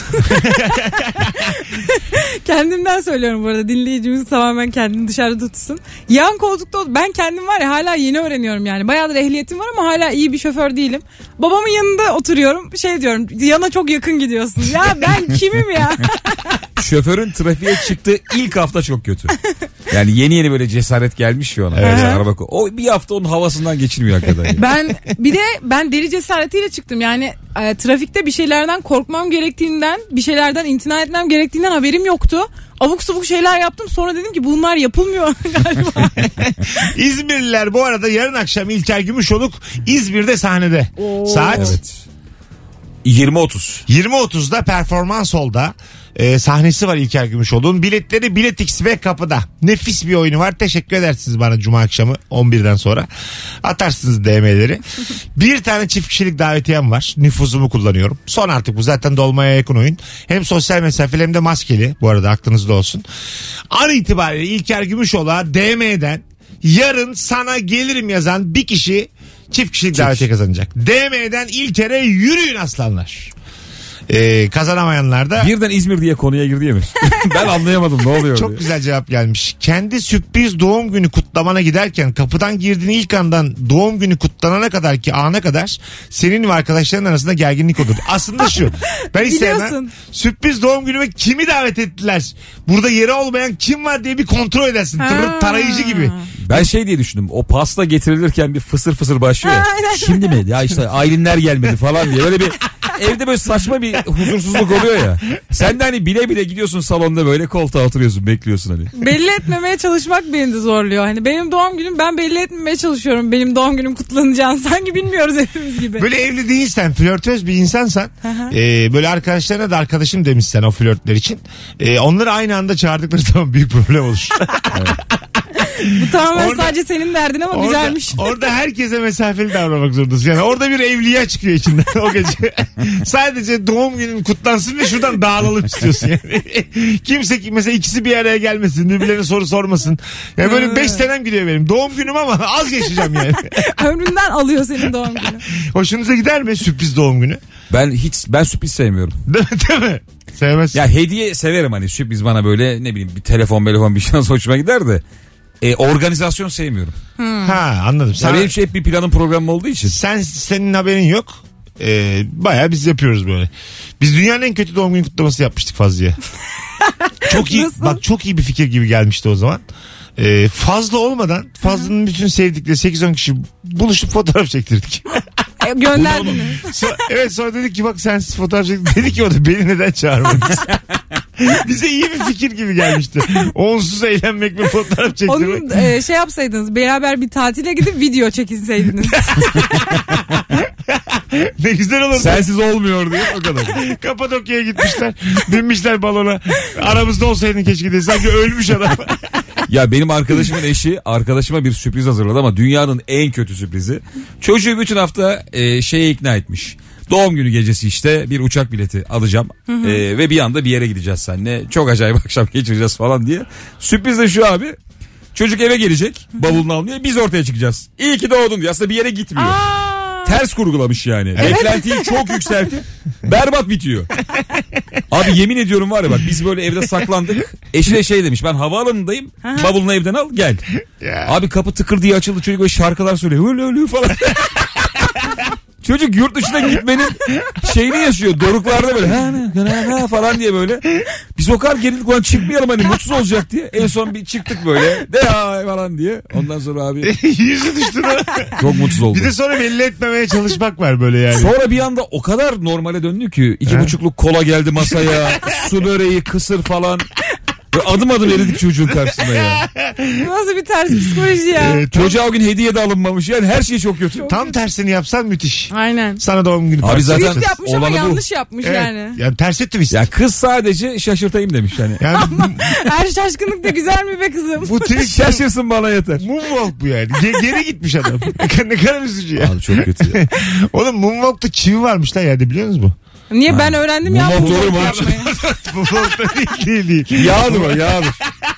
Kendimden söylüyorum bu arada, dinleyicimiz tamamen kendini dışarıda tutsun. Yan koltukta ben kendim var ya hala yeni öğreniyorum yani. Bayağıdır ehliyetim var ama hala iyi bir şoför değilim. Babamın yanında oturuyorum, şey diyorum, yana çok yakın gidiyorsun. Ya ben kimim ya? Şoförün trafiğe çıktığı ilk hafta çok kötü. Yani yeni yeni böyle cesaret gelmiş ya ona. Mesela araba ko- o bir hafta onun havasından geçirmiyor hakikaten. Yani. Ben bir de ben deli cesaretiyle çıktım yani e, trafikte bir şeylerden korkmam gerektiğinden, bir şeylerden imtina etmem gerektiğinden haberim yoktu. Abuk sabuk şeyler yaptım, sonra dedim ki bunlar yapılmıyor galiba. İzmirliler bu arada yarın akşam İlker Gümüşoluk İzmir'de sahnede. Oo. Saat Evet. yirmi otuz. yirmi otuzda Performans Hall'da e, sahnesi var İlker Gümüşoluk'un. Biletleri Biletix ve kapıda. Nefis bir oyunu var. Teşekkür edersiniz bana cuma akşamı on birden sonra. Atarsınız D M'leri. Bir tane çift kişilik davetiyem var. Nüfuzumu kullanıyorum. Son artık bu zaten dolmaya yakın oyun. Hem sosyal mesafeli hem de maskeli. Bu arada aklınızda olsun. An itibariyle İlker Gümüşoluk'a D M'den yarın sana gelirim yazan bir kişi çift kişilik davetiye kazanacak. D M'den İlker'e yürüyün aslanlar. Ee, kazanamayanlar da Birden İzmir diye konuya girdi yemiş. Ben anlayamadım ne oluyor çok diye. güzel cevap gelmiş. Kendi sürpriz doğum günü kutlamana giderken kapıdan girdiğin ilk andan doğum günü kutlanana kadar ki ana kadar senin ve arkadaşların arasında gerginlik olur. Aslında şu. Ben istemem. Biliyorsun. Sürpriz doğum günüme kimi davet ettiler? Burada yeri olmayan kim var diye bir kontrol edersin. Ha. Tır- tarayıcı gibi. Ben şey diye düşündüm. O pasta getirilirken bir fısır fısır başlıyor. ya. Ha, aynen. Şimdi mi? Ya işte Aylinler gelmedi falan diye. Böyle bir evde böyle saçma bir huzursuzluk oluyor ya. Sen de hani bile bile gidiyorsun salonda böyle koltuğa oturuyorsun bekliyorsun hani. Belli etmemeye çalışmak beni de zorluyor. Hani benim doğum günüm, ben belli etmemeye çalışıyorum. Benim doğum günüm kutlanacağını sanki bilmiyoruz hepimiz gibi. Böyle evli değilsen, flörtöz bir insansan, e, böyle arkadaşlarına da arkadaşım demişsen o flörtler için, e, onları aynı anda çağırdıkları zaman büyük problem olur. Bu tamamen Orada- sadece senin derdin ama Orada, güzelmiş. orada herkese mesafeli davranmak zorundasın. Yani orada bir evliya çıkıyor içinden o gece. Sadece doğum günün kutlansın ve şuradan dağılalım istiyorsun yani. Kimse ki mesela ikisi bir araya gelmesin, birbirlerine soru sormasın. Yani böyle beş senem gidiyor benim. Doğum günüm ama az yaşayacağım yani. Ömründen alıyor senin doğum günü. Hoşunuza gider mi sürpriz doğum günü? Ben hiç ben sürpriz sevmiyorum. Değil mi? Değil mi? Sevmezsin. Ya hediye severim hani sürpriz bana böyle ne bileyim bir telefon telefon bir şey nasıl hoşuma gider de. E, organizasyon sevmiyorum. Ha anladım. Ya Sen, benim şey hep bir planın programı olduğu için. sen senin haberin yok. Ee, bayağı biz yapıyoruz böyle. Biz dünyanın en kötü doğum günü kutlaması yapmıştık Fazlı'ya. Çok iyi. Nasıl? Bak çok iyi bir fikir gibi gelmişti o zaman. Ee, fazla olmadan Fazlı'nın bütün sevdikleri sekiz on kişi buluşup fotoğraf çektirdik. E, gönderdiniz. So- evet sonra dedik ki bak sensiz fotoğraf çektirdik. Dedi ki o da beni neden çağırmadınız? Bize iyi bir fikir gibi gelmişti. Onsuz eğlenmek ve fotoğraf çektirmek. Onun e, şey yapsaydınız, beraber bir tatile gidip video çekinseydiniz. Ne güzel olurdu. Sensiz olmuyor diye o kadar. Kapadokya'ya gitmişler. Binmişler balona. Aramızda olsaydın keşke de. Sanki ölmüş adam. Ya benim arkadaşımın eşi arkadaşıma bir sürpriz hazırladı ama dünyanın en kötü sürprizi. Çocuğu bütün hafta e, şeye ikna etmiş. Doğum günü gecesi işte bir uçak bileti alacağım E, ve bir anda bir yere gideceğiz seninle. Çok acayip akşam geçireceğiz falan diye. Sürpriz de şu abi. Çocuk eve gelecek bavulunu almaya biz ortaya çıkacağız. İyi ki doğdun diyor. Aslında bir yere gitmiyor. Aa, Ters kurgulamış yani. Beklentiyi çok yükseltip berbat bitiyor. Abi yemin ediyorum var ya bak biz böyle evde saklandık. Eşine şey demiş ben havaalanındayım. Bavulunu evden al gel. Ya. Abi kapı tıkır diye açıldı çocuk böyle şarkılar söylüyor. Ölü ölü falan. Çocuk yurt dışına gitmenin şeyini yaşıyor. Doruklarda böyle ha, ha, ha falan diye böyle. Biz o kadar gerildik ulan çıkmayalım hani mutsuz olacak diye. En son bir çıktık böyle de ha falan diye. Ondan sonra abi Yüzü düştü. lan. çok mutsuz oldu. Bir de sonra belli etmemeye çalışmak var böyle yani. Sonra bir anda o kadar normale döndü ki iki buçukluk kola geldi masaya, su böreği, kısır falan. Böyle adım adım eridik çocuğun karşısında ya. nasıl bir ters psikoloji ya. Ee, tam, Çocuğa o gün hediye de alınmamış yani her şey çok kötü. tam tersini yapsan müthiş. Aynen. Sana doğum günü Abi partisi zaten- Twist yapmış ama olanı bu. yanlış yapmış Evet. yani. Yani tersi twist. Ya kız sadece şaşırtayım demiş yani. Yani Her şaşkınlık da güzel mi be kızım? bu twist Şaşırsın bana yeter. moonwalk bu yani. Ge- geri gitmiş adam. ne kadar üzücü ya. Abi çok kötü ya. Oğlum moonwalk'ta çivi varmış lan yerde biliyor musunuz bu? Niye ben öğrendim ya Moonwalk bu olur mu? yapmayı. Moonwalk'ta değil değil değil. Yağdır o yağdır.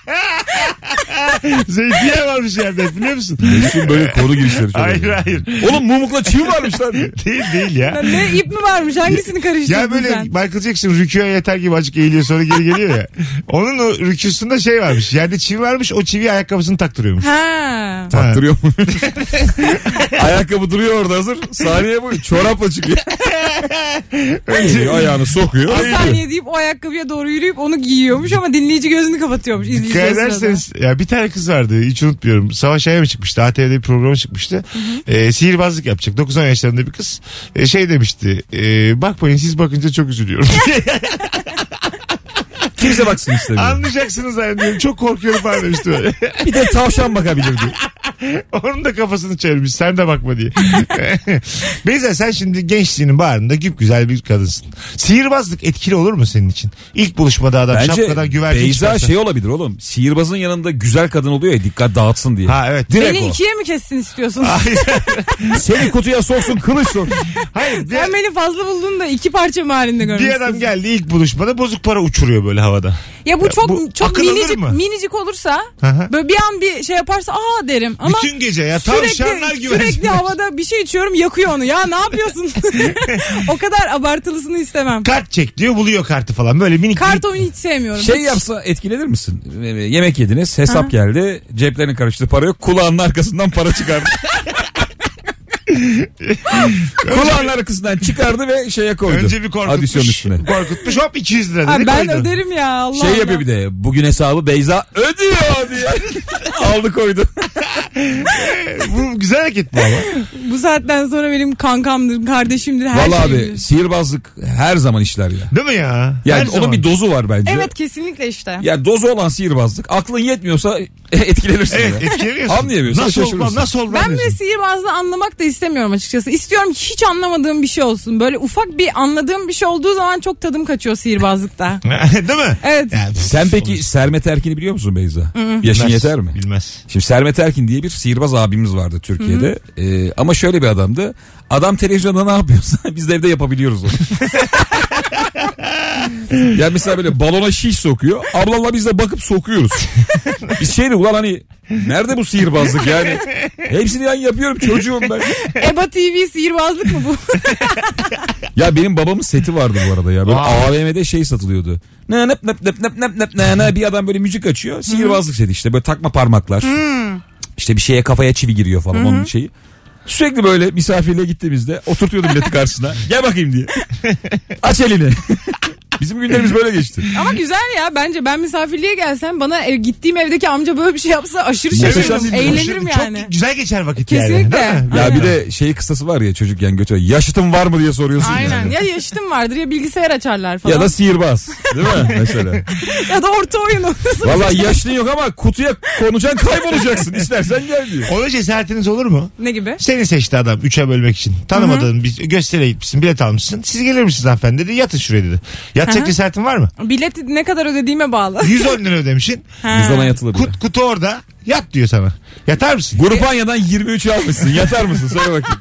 Zeytinyağı varmış yerde biliyor musun? Mesut'un böyle konu girişleri çok Hayır önemli. hayır. Oğlum mumukla çivi varmış lan. Değil değil ya. Ne ip mi varmış? Hangisini karıştırdın Ya böyle sen? Michael Jackson rüküye yeter gibi azıcık eğiliyor sonra geri geliyor ya. Onun o rüküsünde şey varmış. Yerde çivi varmış o çiviyi ayakkabısını taktırıyormuş. Ha. Taktırıyor mu? Ayakkabı duruyor orada hazır. Saniye boyu çorapla çıkıyor. Önce ayağını sokuyor. Bir saniye deyip o ayakkabıya doğru yürüyüp onu giyiyormuş ama dinleyici gözünü kapatıyormuş. İzleyici Dikkat o sırada. ederseniz ya bir tane kız vardı hiç unutmuyorum. Savaş Ay'a mı çıkmıştı? A T V'de bir programa çıkmıştı. Ee, sihirbazlık yapacak. dokuz on yaşlarında bir kız. Ee, şey demişti. E, bakmayın siz bakınca çok üzülüyorum. Kimse baksın istemiyor. Anlayacaksınız zannediyorum. Çok korkuyorum falan demişti böyle. Bir de tavşan bakabilir diye. Onun da kafasını çevirmiş. Sen de bakma diye. Beyza sen şimdi gençliğinin bağrında güp güzel bir kadınsın. Sihirbazlık etkili olur mu senin için? İlk buluşmada adam şapkadan Bence güvercin Beyza çıkarsa. şey olabilir oğlum. Sihirbazın yanında güzel kadın oluyor ya dikkat dağıtsın diye. Ha evet. Direkt Beni o. ikiye mi kessin istiyorsun? Seni kutuya soksun kılıç sok. Hayır. Bir, Sen beni fazla buldun da iki parça mı halinde görmüşsün? bir adam geldi ilk buluşmada bozuk para uçuruyor böyle havada. Ya bu Ya çok bu çok akıl alır minicik mı? minicik olursa Aha. böyle bir an bir şey yaparsa aa derim ama Bütün gece ya sürekli tavşanlar gibi. sürekli havada bir şey içiyorum yakıyor onu. Ya ne yapıyorsun? O kadar abartılısını istemem. Kart çek diyor, buluyor kartı falan. Böyle minik Kart minik. oyunu hiç sevmiyorum. Şey Hiç. yapsa etkilenir misin? Yemek yediniz, hesap geldi, ceplerini karıştı, para yok, kulağının arkasından para çıkardı. Kulağının arkasından çıkardı ve şeye koydu. Önce bir Adisyon korkutmuş. üstüne. Korkutmuş hop iki yüz lira dedi. Abi ben koydu. öderim ya Allah Şey Allah. yapıyor bir de, bugün hesabı Beyza ödüyor diye. Aldı koydu. Bu güzel hareket bu ama. Bu saatten sonra benim kankamdır, kardeşimdir, her Vallahi şeyimdir. abi sihirbazlık her zaman işler ya. Değil mi ya? Yani Her onun zaman. bir dozu var bence. Evet kesinlikle işte. Ya dozu olan sihirbazlık, aklın yetmiyorsa etkilenirsin. Evet ya. etkileniyorsun. Anlayamıyorsun, Nasıl olmam şaşırırsın. nasıl olmam Ben bile diyorsun. sihirbazlığı anlamak da istemiyorum açıkçası. İstiyorum ki hiç anlamadığım bir şey olsun. Böyle ufak bir anladığım bir şey olduğu zaman çok tadım kaçıyor sihirbazlıkta. Değil mi? Evet. Yani, Sen peki Sermet Erkin'i biliyor musun Beyza? Yaşın bilmez, yeter mi? Bilmez. Şimdi Sermet Erkin diye bir sihirbaz abimiz vardı Türkiye'de. Ee, ama şöyle bir adamdı. Adam televizyonda ne yapıyorsa biz de evde yapabiliyoruz onu. Yani mesela böyle balona şiş sokuyor. Ablamla biz de bakıp sokuyoruz. Biz şeydi ulan hani nerede bu sihirbazlık yani? Hepsini ben yapıyorum çocuğum ben. EBA T V sihirbazlık mı bu? Ya benim babamın seti vardı bu arada ya. Böyle Vay. A V M'de şey satılıyordu. Ne nep nep nep nep nep nep ne ne bir adam böyle müzik açıyor. Sihirbazlık seti işte böyle takma parmaklar. İşte bir şeye kafaya çivi giriyor falan onun şeyi. Sürekli böyle misafirliğe gittiğimizde oturtuyordu milleti karşısına. Gel bakayım diye. Aç elini. Bizim günlerimiz böyle geçti. Ama güzel ya bence ben misafirliğe gelsem bana ev, gittiğim evdeki amca böyle bir şey yapsa aşırı Muhteşem şaşırırım. değil mi? Eğlenirim Çok yani. güzel geçer vakit Kesinlikle. yani. Değil mi? Ya Aynen. bir de şey kıstası var ya çocukken götürüyor. Yaşıtın var mı diye soruyorsun Aynen. yani. Ya yaşıtım vardır ya bilgisayar açarlar falan. Ya da sihirbaz. Değil mi mesela? ya da orta oyunu. Vallahi yaşlın yok ama kutuya konacaksın kaybolacaksın. İstersen gel diyor. Ona cesaretiniz olur mu? Ne gibi? Seni seçti adam üçe bölmek için. Tanımadığın bir gösteriye gitmişsin, bilet almışsın. Siz gelir misiniz hanımefendi dedi. Yatın şuraya dedi. Yatacak Hı hı. cesaretin var mı? Bileti ne kadar ödediğime bağlı. yüz on lira ödemişsin. Ha. Yüz ona yatılır. ya. Kut, kutu orada. Yat diyor sana. Yatar mısın? Grupanya'dan yirmi üçü almışsın. Yatar mısın? Söyle bakayım.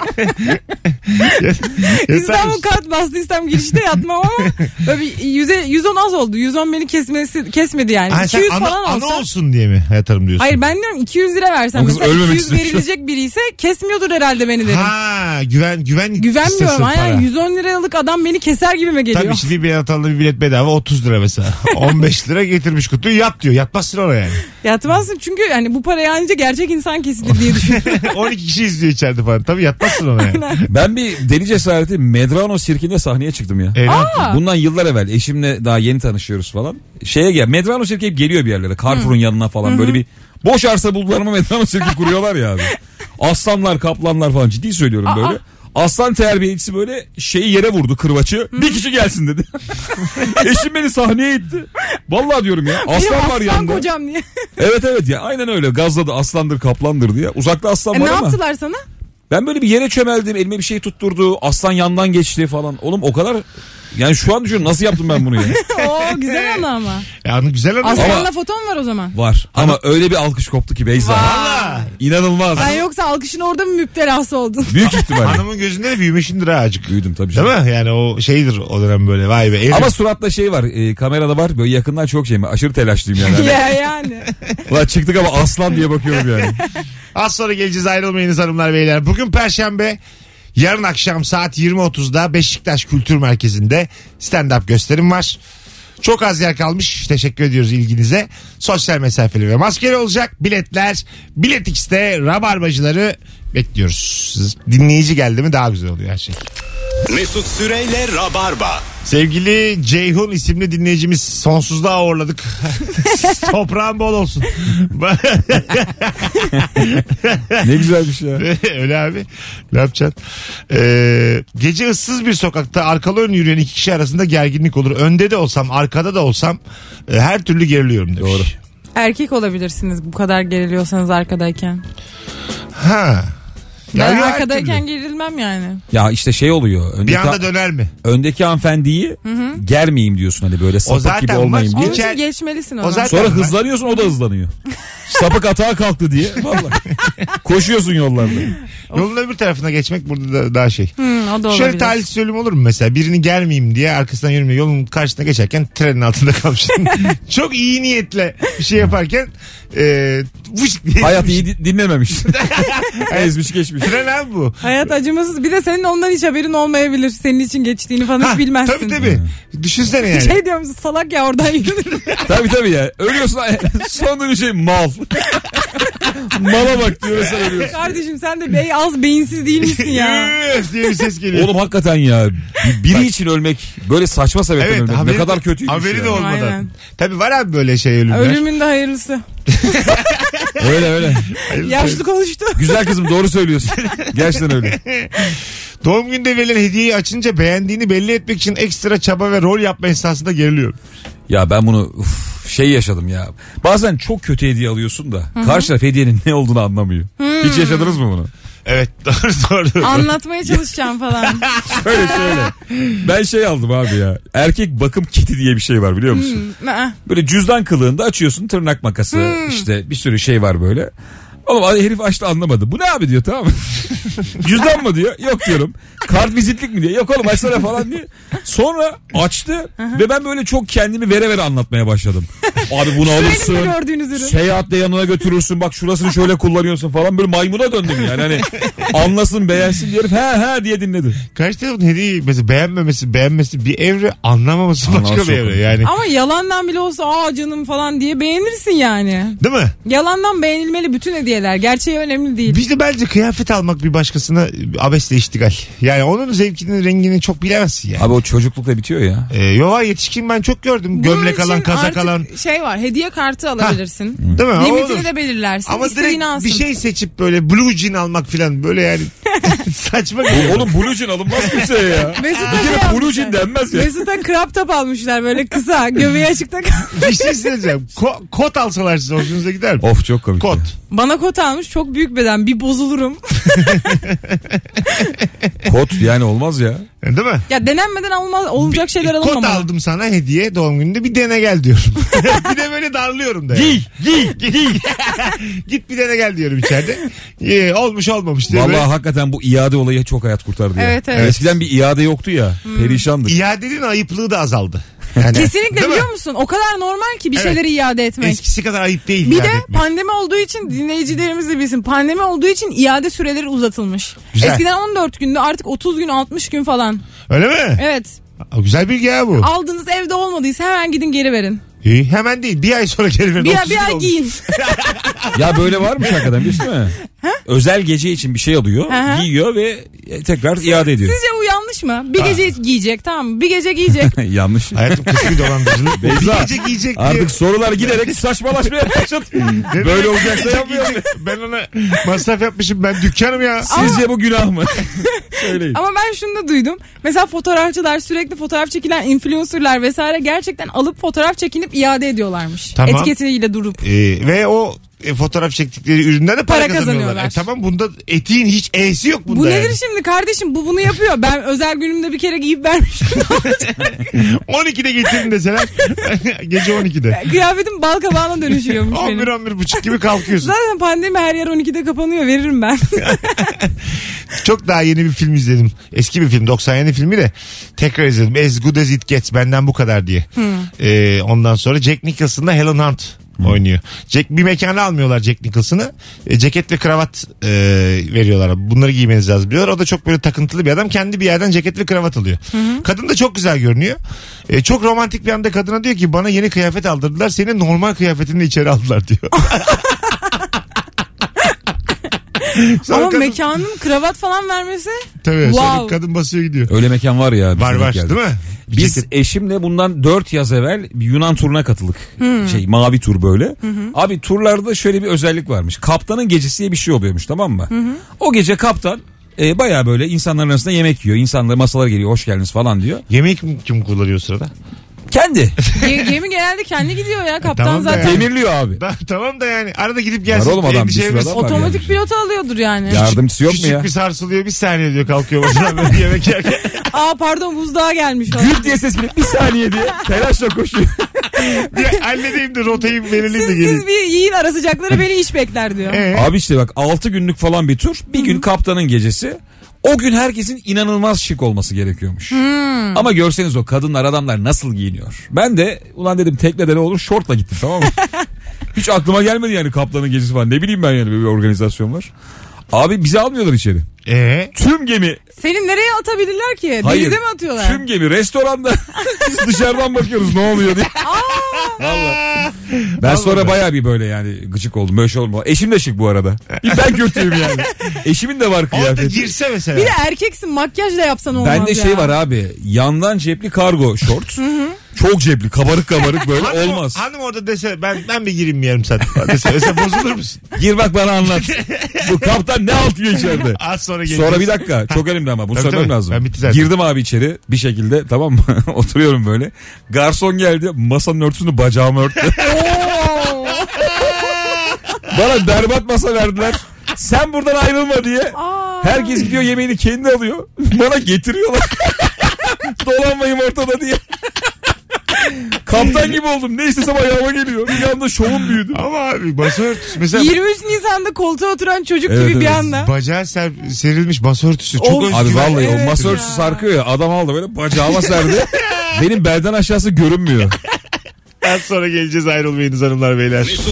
Yatar İstanbul mısın? kart bastı İstanbul girişte yatmam ama böyle bir yüze, yüz on az oldu. yüz on beni kesmesi, kesmedi yani. Ha, iki yüz sen ana, falan ana olsa. olsun diye mi yatarım diyorsun? Hayır ben diyorum iki yüz lira versem O kız mesela ölmemek iki yüz istiyor. verilecek biri ise kesmiyordur herhalde beni derim. Ha güven güven Güvenmiyorum. istesin Aynen para. yüz on liralık adam beni keser gibime geliyor. Tabii şimdi bir bilet aldı bir bilet bedava otuz lira mesela. on beş lira getirmiş kutuyu yat diyor. Yatmazsın oraya yani. Yatmazsın çünkü yani bu parayı anca gerçek insan kesilir diye düşünüyorum. on iki kişi izliyor içeride falan. Tabii yatmazsın ona yani. Ben bir deli cesareti Medrano sirkinde sahneye çıktım ya. E, ne yaptın? Bundan yıllar evvel eşimle daha yeni tanışıyoruz falan. Şeye gel. Medrano sirke hep geliyor bir yerlere. Carrefour'un yanına falan böyle bir boş arsa buldular mı Medrano sirke kuruyorlar ya abi. Aslanlar, kaplanlar falan ciddi söylüyorum Aa. böyle. Aslan terbiyecisi böyle şeyi yere vurdu kırbaçı. Bir kişi gelsin dedi. Eşim beni sahneye itti. Vallahi diyorum ya. Benim Aslan var aslan yanında. kocam diye. Evet evet ya aynen öyle. Gazladı aslandır kaplandır diye. Uzakta aslan E, var ne ama. yaptılar sana? Ben böyle bir yere çömeldim. Elime bir şey tutturdu. Aslan yandan geçti falan. Oğlum o kadar... Yani şu an düşün nasıl yaptım ben bunu ya? Oo güzel anı ama. Yani güzel anı. Aslanla Ama- foton var o zaman. Var. Ama öyle bir alkış koptu ki Beyza. Valla. İnanılmaz. Ben yoksa alkışın orada mı müptelası oldun? Büyük ihtimalle. Hanımın gözünde de büyümüşündür ha acık. Büyüdüm tabii Değil canım. mi? Yani o şeydir o dönem böyle vay be. Ama suratta şey var. E, kamerada var. Böyle yakından çok şey mi? Aşırı telaşlıyım yani. Hani, ya yani. ulan çıktık ama aslan diye bakıyorum yani. Az sonra geleceğiz, ayrılmayınız hanımlar beyler. Bugün Perşembe. Yarın akşam saat yirmi otuzda Beşiktaş Kültür Merkezi'nde stand-up gösterim var. Çok az yer kalmış. Teşekkür ediyoruz ilginize. Sosyal mesafeli ve maskeli olacak. Biletler Bilet X'te Rabarbacıları bekliyoruz. Dinleyici geldi mi daha güzel oluyor her şey. Mesut Süreyle Rabarba. Sevgili Ceyhun isimli dinleyicimiz sonsuzluğa uğurladık. Toprağın bol olsun. Ne güzelmiş ya. Öyle abi. Ne yapacaksın? Ee, gece ıssız bir sokakta arkalı ön yürüyen iki kişi arasında gerginlik olur. Önde de olsam arkada da olsam e, her türlü geriliyorum demiş. Doğru. Erkek olabilirsiniz bu kadar geriliyorsanız arkadayken. Ha. Ya Ben yok, her arkadayken türlü. gerilmem yani. Ya işte şey oluyor. Bir Öndeki, anda döner mi? öndeki hanımefendiyi germeyeyim diyorsun hani böyle sapık zaten gibi olmayayım var. diye. Onun Geçer- için geçmelisin ona. O zaten- Sonra var. hızlanıyorsun o da hızlanıyor. Sapık atağa kalktı diye. Vallahi. Koşuyorsun yollarda. Yolun öbür tarafına geçmek burada da daha şey. o da Şöyle olabilir. talihsiz ölüm olur mu mesela? Birini germeyeyim diye arkasından yürümüyor. Yolun karşısına geçerken trenin altında kalmışsın. Çok iyi niyetle bir şey yaparken e, vışk diye Hayat iyi di- dinlememiş. Ezmiş geçmiş. tren abi bu. Hayat acımasız. Bir de senin ondan hiç haberin olmayabilir. Senin için geçtiğini falan Ha, hiç bilmezsin. Tabii tabii. Düşünsene yani. Şey diyor musun, salak ya oradan yürüdüm. Tabii tabii ya. Ölüyorsun. Son bir şey mal. Mala bak diyor sen ölüyorsun. Kardeşim sen de bey az beyinsiz değil misin ya? Üf diye bir ses geliyor. Oğlum hakikaten ya. Biri için ölmek böyle saçma sebepten Evet, ölmek haberi, ne kadar kötüymüş haberi ya. de olmadan. Aynen. Tabii var abi böyle şey ölümler. Ölümün de hayırlısı. Öyle öyle. Hayırlısı. Yaşlı konuştu. Güzel kızım doğru söylüyorsun. Gerçekten öyle. Doğum günde verilen hediyeyi açınca beğendiğini belli etmek için ekstra çaba ve rol yapma esnasında geriliyorum. Ya ben bunu uf, şey yaşadım ya. Bazen çok kötü hediye alıyorsun da karşı taraf hediyenin ne olduğunu anlamıyor. Hiç yaşadınız mı bunu? Evet doğru doğru. Anlatmaya çalışacağım falan. Şöyle şöyle. Ben şey aldım abi ya. Erkek bakım kiti diye bir şey var biliyor musun? Hmm, aa. Böyle cüzdan kılığında açıyorsun, tırnak makası işte bir sürü şey var böyle. Oğlum herif açtı anlamadı. Bu ne abi diyor, tamam mı? Cüzdan mı diyor. Yok diyorum. Kart vizitlik mi diyor. Yok oğlum açsana falan diye. Sonra açtı ve ben böyle çok kendimi vere vere anlatmaya başladım. Abi bunu alırsın. Benim de gördüğünüz ürün. Seyahatle yanına götürürsün. Bak şurasını şöyle kullanıyorsun falan. Böyle maymuna döndüm yani. Hani anlasın beğensin diye herif he he diye dinledi. Karşı tarafın hediyeyi mesela beğenmemesi beğenmesi bir evre, anlamaması başka Anlaması bir çok evre yani. Ama yalandan bile olsa aa canım falan diye beğenirsin yani. Değil mi? Yalandan beğenilmeli bütün hediyeler. Gerçeği önemli değil. Bir de bence kıyafet almak bir başkasına abesle iştigal. Yani onun zevkinin rengini çok bilemezsin yani. Abi o çocuklukla bitiyor ya. Ee, yo yetişkin ben çok gördüm. Bunun Gömlek için alan, kazak artık alan. şey var, hediye kartı alabilirsin. Değil mi? O olur. Limitini de belirlersin. Ama İstediğini direkt alsın. bir şey seçip böyle blue jean almak falan böyle yani saçma geliyor. Oğlum blue jean alınmaz kimseye ya. Mesut'a Bir şey kere blue almışlar. jean denmez ya. Mesut'a crop top almışlar böyle kısa. Göbeği açıkta kalmış. Bir şey söyleyeceğim. Ko- kot alsalar size hoşunuza gider mi? Of çok komik. Kot. Bana kot almış, çok büyük beden, bir bozulurum. Kot yani olmaz ya. Değil mi? Ya denenmeden olmaz, olacak şeyler Bir kot alınmamalı. aldım sana hediye doğum gününde, bir dene gel diyorum. Bir de böyle darlıyorum da. Yani. Giy giy giy. Git bir dene gel diyorum içeride. Ee, olmuş olmamış diye. Vallahi Böyle hakikaten bu iade olayı çok hayat kurtardı ya. Evet, evet. Eskiden bir iade yoktu ya. Perişandık. iadenin ayıplığı da azaldı. Yani, Kesinlikle değil mi? biliyor musun? O kadar normal ki bir Evet. şeyleri iade etmek. Eskisi kadar ayıp değil. Bir iade de etmek. pandemi olduğu için dinleyicilerimiz de bilsin. Pandemi olduğu için iade süreleri uzatılmış. Güzel. Eskiden on dört gündü, artık otuz gün altmış gün falan. Öyle mi? Evet. Aa, güzel bilgi ya bu. Aldığınız evde olmadıysa hemen gidin geri verin. İyi, hemen değil. Bir ay sonra geri verin. Bir, otuz bir gün ay olmuş. giyin. Ya böyle varmış hakikaten biliyorsun değil mi? Özel gece için bir şey alıyor, Hı hı. giyiyor ve tekrar iade ediyor. Sizce bu yanlış mı? Bir gece giyecek, tamam mı? Bir gece giyecek. Yanlış. Hayatım kısmi dolandırıcılık. Beyza, Bir gece giyecek diye. Artık sorular giderek saçmalaşmaya başladı. Ne Böyle demek olacaksa giyecek, yapmıyorum. giyecek? Ben ona masraf yapmışım. Ben dükkanım ya. Sizce bu günah mı? Söyleyin. Ama ben şunu da duydum. Mesela fotoğrafçılar, sürekli fotoğraf çekilen influencerlar vesaire gerçekten alıp fotoğraf çekinip iade ediyorlarmış. Tamam. Etiketiyle durup. Ee, ve o e, fotoğraf çektikleri üründen de para, Para kazanıyorlar. kazanıyorlar. E, tamam bunda etiğin hiç e'si yok bunda Bu yani. nedir şimdi kardeşim? Bu bunu yapıyor. Ben özel günümde bir kere giyip vermişim. on ikide getirin deseler gece on ikide. Kıyafetim bal kabağına dönüşüyormuş on bir benim. on bir buçuk gibi kalkıyorsun. Zaten pandemi her yer on ikide kapanıyor. Veririm ben. Çok daha yeni bir film izledim. Eski bir film, doksan yedi filmi de tekrar izledim. As Good As It Gets, benden bu kadar diye. Ee, ondan sonra Jack Nicholson'la Helen Hunt oynuyor. Jack, bir mekana almıyorlar Jack Nicholson'ı. E, ceket ve kravat e, veriyorlar. Bunları giymeniz lazım diyorlar. O da çok böyle takıntılı bir adam. Kendi bir yerden ceket ve kravat alıyor. Kadın da çok güzel görünüyor. E, çok romantik bir anda kadına diyor ki bana yeni kıyafet aldırdılar. Seni normal kıyafetinle içeri aldılar diyor. Sonra Ama kadın, mekanın kravat falan vermesi. tabii, sonra Wow. kadın basıyor gidiyor. Öyle mekan var ya. Var bizim var geldi. değil mi? Bir Biz ceket- eşimle bundan dört yaz evvel bir Yunan turuna katıldık. Şey mavi tur böyle. Abi turlarda şöyle bir özellik varmış. Kaptanın gecesi diye bir şey oluyormuş, tamam mı? O gece kaptan e, baya böyle insanların arasında yemek yiyor. İnsanlar masalara geliyor, hoş geldiniz falan diyor. Yemek kim, kim kullanıyor o sırada? Kendi. Ge- Gemi genelde kendi gidiyor ya. Kaptan tamam da zaten. yani. Demirliyor abi. Da, tamam da yani arada gidip gelsin. Var oğlum adam, endişe bir sürü etmesin. adam var. Otomatik yani. pilotu alıyordur yani. Yardımcısı yok mu Küçük ya? bir sarsılıyor, bir saniye diyor, kalkıyor başına böyle yemek yerken. Aa pardon buzdağı gelmiş falan. Gül diye ses gelip bir saniye diye telaşla koşuyor. Bir halledeyim de rotayı belirleyeyim de Siz, geleyim. siz bir yiyin ara sıcakları beni iş bekler diyor. Ee? Abi işte bak altı günlük falan bir tur. Bir gün kaptanın gecesi. O gün herkesin inanılmaz şık olması gerekiyormuş. Hmm. Ama görseniz o kadınlar adamlar nasıl giyiniyor. Ben de ulan dedim teknede ne olur şortla gittim, tamam mı? Hiç aklıma gelmedi yani Kaplan'ın gecesi falan. Ne bileyim ben yani böyle bir organizasyon var. Abi bizi almıyorlar içeri. Ee? Tüm gemi. Seni nereye atabilirler ki? Hayır, denize mi atıyorlar? Tüm gemi restoranda. Biz dışarıdan bakıyoruz ne oluyor diye. Vallahi. Ben Vallahi sonra ben. bayağı bir böyle yani gıcık oldum. Böyle şey olma. Eşim de şık bu arada. Bir ben kötüyüm yani. Eşimin de var Orada kıyafeti. girse mesela. Bir de erkeksin, makyaj da yapsan olmaz ya. Bende şey var abi. Yandan cepli kargo şort. Çok cepli, kabarık kabarık böyle hanım, olmaz. Hanım orada dese ben ben bir gireyim yarım saat dese, mesela bozulur musun? Gir bak bana anlat. Bu kaptan ne altıyor içeride? Az sonra geleceğiz. Sonra bir dakika çok elimde ama bunu Tabii, söylemem tabii. lazım. Ben bitti zaten. Girdim abi içeri bir şekilde, tamam mı? Oturuyorum böyle. Garson geldi, masanın örtüsünü bacağıma örttü. Bana berbat masa verdiler. Sen buradan ayrılma diye. Aa. Herkes gidiyor yemeğini kendi alıyor. Bana getiriyorlar. Dolanmayayım ortada diye. Kaptan gibi oldum. Ne istesem ayağıma geliyor. Bir anda şovum büyüdü. Ama abi masa örtüsü mesela yirmi üç Nisan'da koltuğa oturan çocuk Evet, gibi bir evet. anda. bacağı ser, serilmiş masa örtüsü çok Of. özgüven. Abi vallahi Evet o masa ya. örtüsü sarkıyor ya. Adam aldı böyle bacağıma serdi. Benim belden aşağısı görünmüyor. Az sonra geleceğiz, ayrılmayınız hanımlar beyler.